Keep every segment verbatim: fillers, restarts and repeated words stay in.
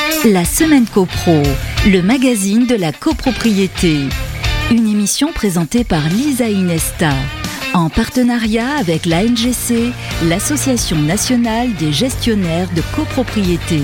La Semaine CoPro, le magazine de la copropriété. Une émission présentée par Lisa Inesta, en partenariat avec l'A N G C, l'Association nationale des gestionnaires de copropriété.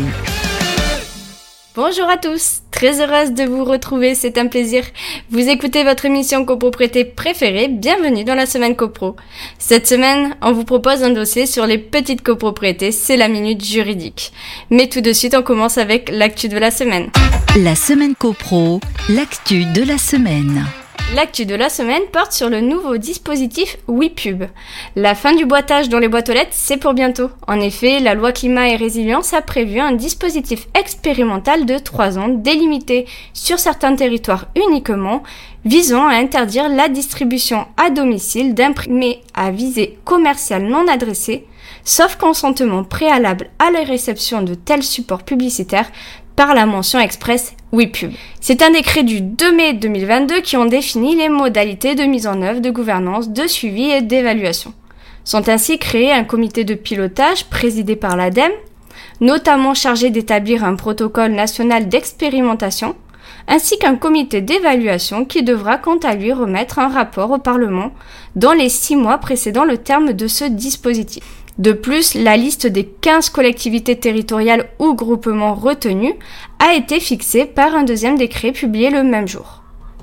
Bonjour à tous, très heureuse de vous retrouver, c'est un plaisir. Vous écoutez votre émission copropriété préférée, bienvenue dans la Semaine CoPro. Cette semaine, on vous propose un dossier sur les petites copropriétés, c'est la minute juridique. Mais tout de suite, on commence avec l'actu de la semaine. La Semaine CoPro, l'actu de la semaine. L'actu de la semaine porte sur le nouveau dispositif WePub. La fin du boitage dans les boîtes aux lettres, c'est pour bientôt. En effet, la loi climat et résilience a prévu un dispositif expérimental de trois ans délimité sur certains territoires uniquement, visant à interdire la distribution à domicile d'imprimés à visée commerciale non adressée, sauf consentement préalable à la réception de tels supports publicitaires par la mention express WePub. C'est un décret du deux mai deux mille vingt-deux qui ont défini les modalités de mise en œuvre, de gouvernance, de suivi et d'évaluation. Sont ainsi créés un comité de pilotage présidé par l'ADEME, notamment chargé d'établir un protocole national d'expérimentation, ainsi qu'un comité d'évaluation qui devra quant à lui remettre un rapport au Parlement dans les six mois précédant le terme de ce dispositif. De plus, la liste des quinze collectivités territoriales ou groupements retenus a été fixée par un deuxième décret publié le même jour.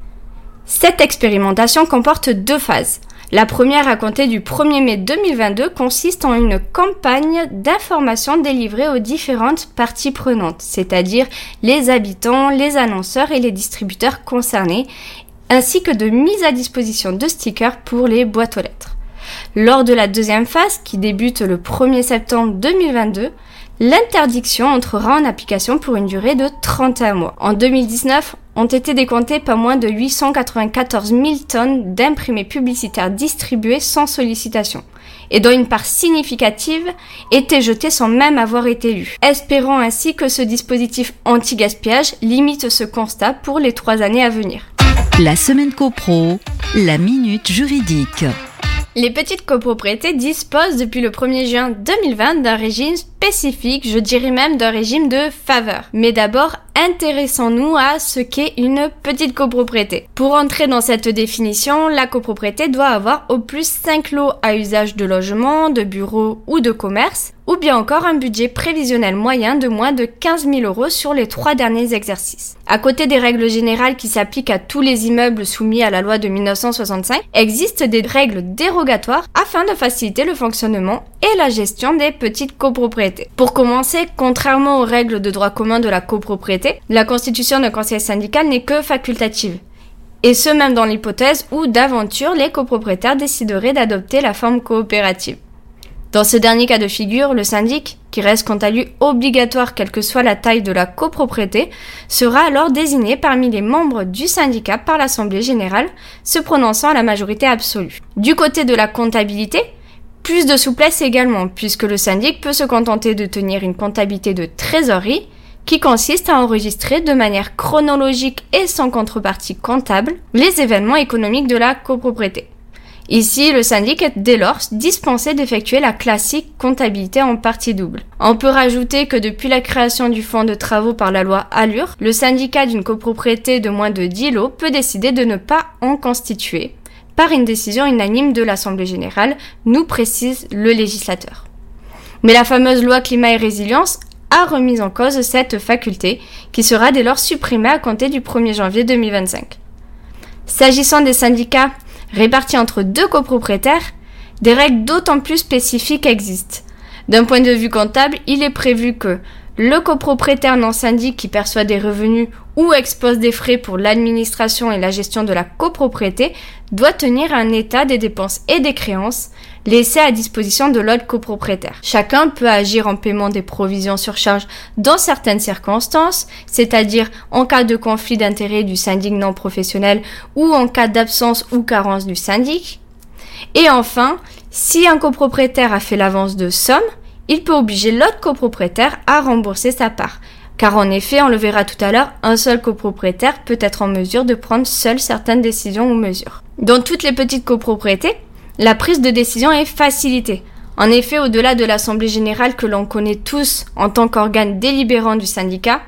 Cette expérimentation comporte deux phases. La première, à compter du premier mai deux mille vingt-deux, consiste en une campagne d'information délivrée aux différentes parties prenantes, c'est-à-dire les habitants, les annonceurs et les distributeurs concernés, ainsi que de mise à disposition de stickers pour les boîtes aux lettres. Lors de la deuxième phase, qui débute le premier septembre deux mille vingt-deux, l'interdiction entrera en application pour une durée de trente et un mois. En deux mille dix-neuf, ont été décomptés pas moins de huit cent quatre-vingt-quatorze mille tonnes d'imprimés publicitaires distribués sans sollicitation, et dont une part significative était jetée sans même avoir été lue. Espérons ainsi que ce dispositif anti-gaspillage limite ce constat pour les trois années à venir. La Semaine CoPro, la minute juridique. Les petites copropriétés disposent depuis le premier juin deux mille vingt d'un régime spécifique, je dirais même d'un régime de faveur. Mais d'abord, intéressons-nous à ce qu'est une petite copropriété. Pour entrer dans cette définition, la copropriété doit avoir au plus cinq lots à usage de logement, de bureau ou de commerce, ou bien encore un budget prévisionnel moyen de moins de quinze mille euros sur les trois derniers exercices. À côté des règles générales qui s'appliquent à tous les immeubles soumis à la loi de mille neuf cent soixante-cinq, existent des règles dérogatoires afin de faciliter le fonctionnement et la gestion des petites copropriétés. Pour commencer, contrairement aux règles de droit commun de la copropriété, la constitution d'un conseil syndical n'est que facultative. Et ce même dans l'hypothèse où, d'aventure, les copropriétaires décideraient d'adopter la forme coopérative. Dans ce dernier cas de figure, le syndic, qui reste quant à lui obligatoire quelle que soit la taille de la copropriété, sera alors désigné parmi les membres du syndicat par l'Assemblée générale, se prononçant à la majorité absolue. Du côté de la comptabilité, plus de souplesse également, puisque le syndic peut se contenter de tenir une comptabilité de trésorerie, qui consiste à enregistrer de manière chronologique et sans contrepartie comptable les événements économiques de la copropriété. Ici, le syndic est dès lors dispensé d'effectuer la classique comptabilité en partie double. On peut rajouter que depuis la création du fonds de travaux par la loi Allure, le syndicat d'une copropriété de moins de dix lots peut décider de ne pas en constituer, par une décision unanime de l'Assemblée générale, nous précise le législateur. Mais la fameuse loi climat et résilience a remis en cause cette faculté, qui sera dès lors supprimée à compter du premier janvier deux mille vingt-cinq. S'agissant des syndicats répartis entre deux copropriétaires, des règles d'autant plus spécifiques existent. D'un point de vue comptable, il est prévu que le copropriétaire non syndic qui perçoit des revenus ou expose des frais pour l'administration et la gestion de la copropriété doit tenir un état des dépenses et des créances laissées à disposition de l'autre copropriétaire. Chacun peut agir en paiement des provisions sur charge dans certaines circonstances, c'est-à-dire en cas de conflit d'intérêts du syndic non professionnel ou en cas d'absence ou carence du syndic. Et enfin, si un copropriétaire a fait l'avance de somme, il peut obliger l'autre copropriétaire à rembourser sa part. Car en effet, on le verra tout à l'heure, un seul copropriétaire peut être en mesure de prendre seul certaines décisions ou mesures. Dans toutes les petites copropriétés, la prise de décision est facilitée. En effet, au-delà de l'Assemblée générale que l'on connaît tous en tant qu'organe délibérant du syndicat,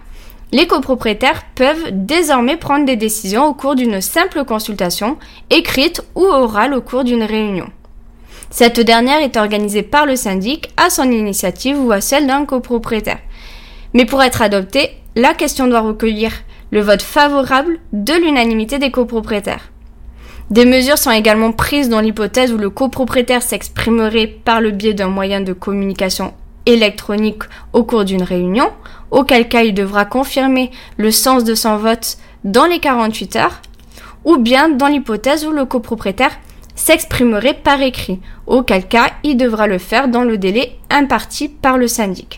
Les copropriétaires peuvent désormais prendre des décisions au cours d'une simple consultation, écrite ou orale au cours d'une réunion. Cette dernière est organisée par le syndic à son initiative ou à celle d'un copropriétaire. Mais pour être adoptée, la question doit recueillir le vote favorable de l'unanimité des copropriétaires. Des mesures sont également prises dans l'hypothèse où le copropriétaire s'exprimerait par le biais d'un moyen de communication électronique au cours d'une réunion, auquel cas il devra confirmer le sens de son vote dans les quarante-huit heures, ou bien dans l'hypothèse où le copropriétaire s'exprimerait par écrit, auquel cas il devra le faire dans le délai imparti par le syndic.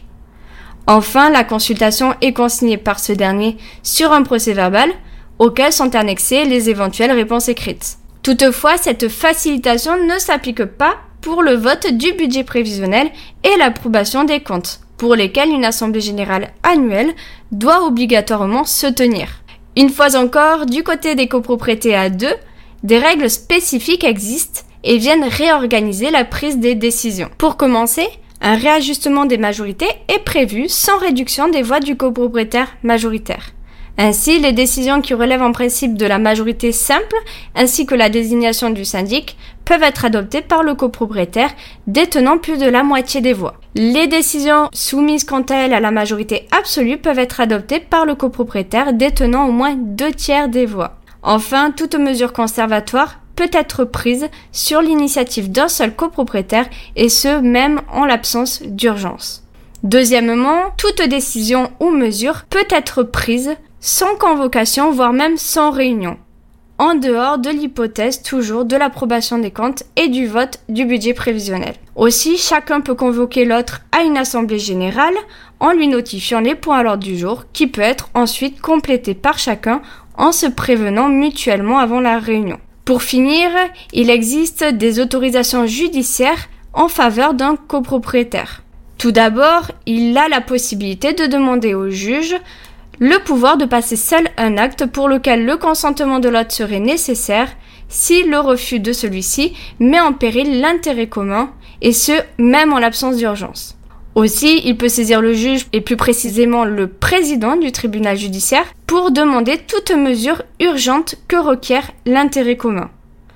Enfin, la consultation est consignée par ce dernier sur un procès-verbal, auquel sont annexées les éventuelles réponses écrites. Toutefois, cette facilitation ne s'applique pas pour le vote du budget prévisionnel et l'approbation des comptes, pour lesquels une assemblée générale annuelle doit obligatoirement se tenir. Une fois encore, du côté des copropriétés à deux, des règles spécifiques existent et viennent réorganiser la prise des décisions. Pour commencer, un réajustement des majorités est prévu sans réduction des voix du copropriétaire majoritaire. Ainsi, les décisions qui relèvent en principe de la majorité simple, ainsi que la désignation du syndic, peuvent être adoptées par le copropriétaire détenant plus de la moitié des voix. Les décisions soumises quant à elles à la majorité absolue peuvent être adoptées par le copropriétaire détenant au moins deux tiers des voix. Enfin, toute mesure conservatoire peut être prise sur l'initiative d'un seul copropriétaire, et ce, même en l'absence d'urgence. Deuxièmement, toute décision ou mesure peut être prise sans convocation, voire même sans réunion, en dehors de l'hypothèse toujours de l'approbation des comptes et du vote du budget prévisionnel. Aussi, chacun peut convoquer l'autre à une assemblée générale en lui notifiant les points à l'ordre du jour, qui peut être ensuite complété par chacun en se prévenant mutuellement avant la réunion. Pour finir, il existe des autorisations judiciaires en faveur d'un copropriétaire. Tout d'abord, il a la possibilité de demander au juge le pouvoir de passer seul un acte pour lequel le consentement de l'autre serait nécessaire si le refus de celui-ci met en péril l'intérêt commun, et ce, même en l'absence d'urgence. Aussi, il peut saisir le juge, et plus précisément le président du tribunal judiciaire, pour demander toute mesure urgente que requiert l'intérêt commun.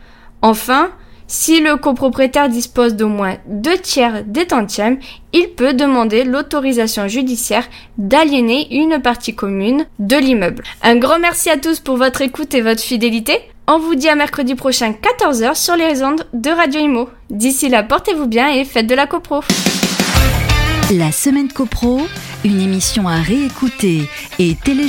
Enfin, si le copropriétaire dispose d'au moins deux tiers des tantièmes, il peut demander l'autorisation judiciaire d'aliéner une partie commune de l'immeuble. Un grand merci à tous pour votre écoute et votre fidélité. On vous dit à mercredi prochain quatorze heures sur les ondes de Radio Imo. D'ici là, portez-vous bien et faites de la copro. La Semaine Copro, une émission à réécouter et télécharger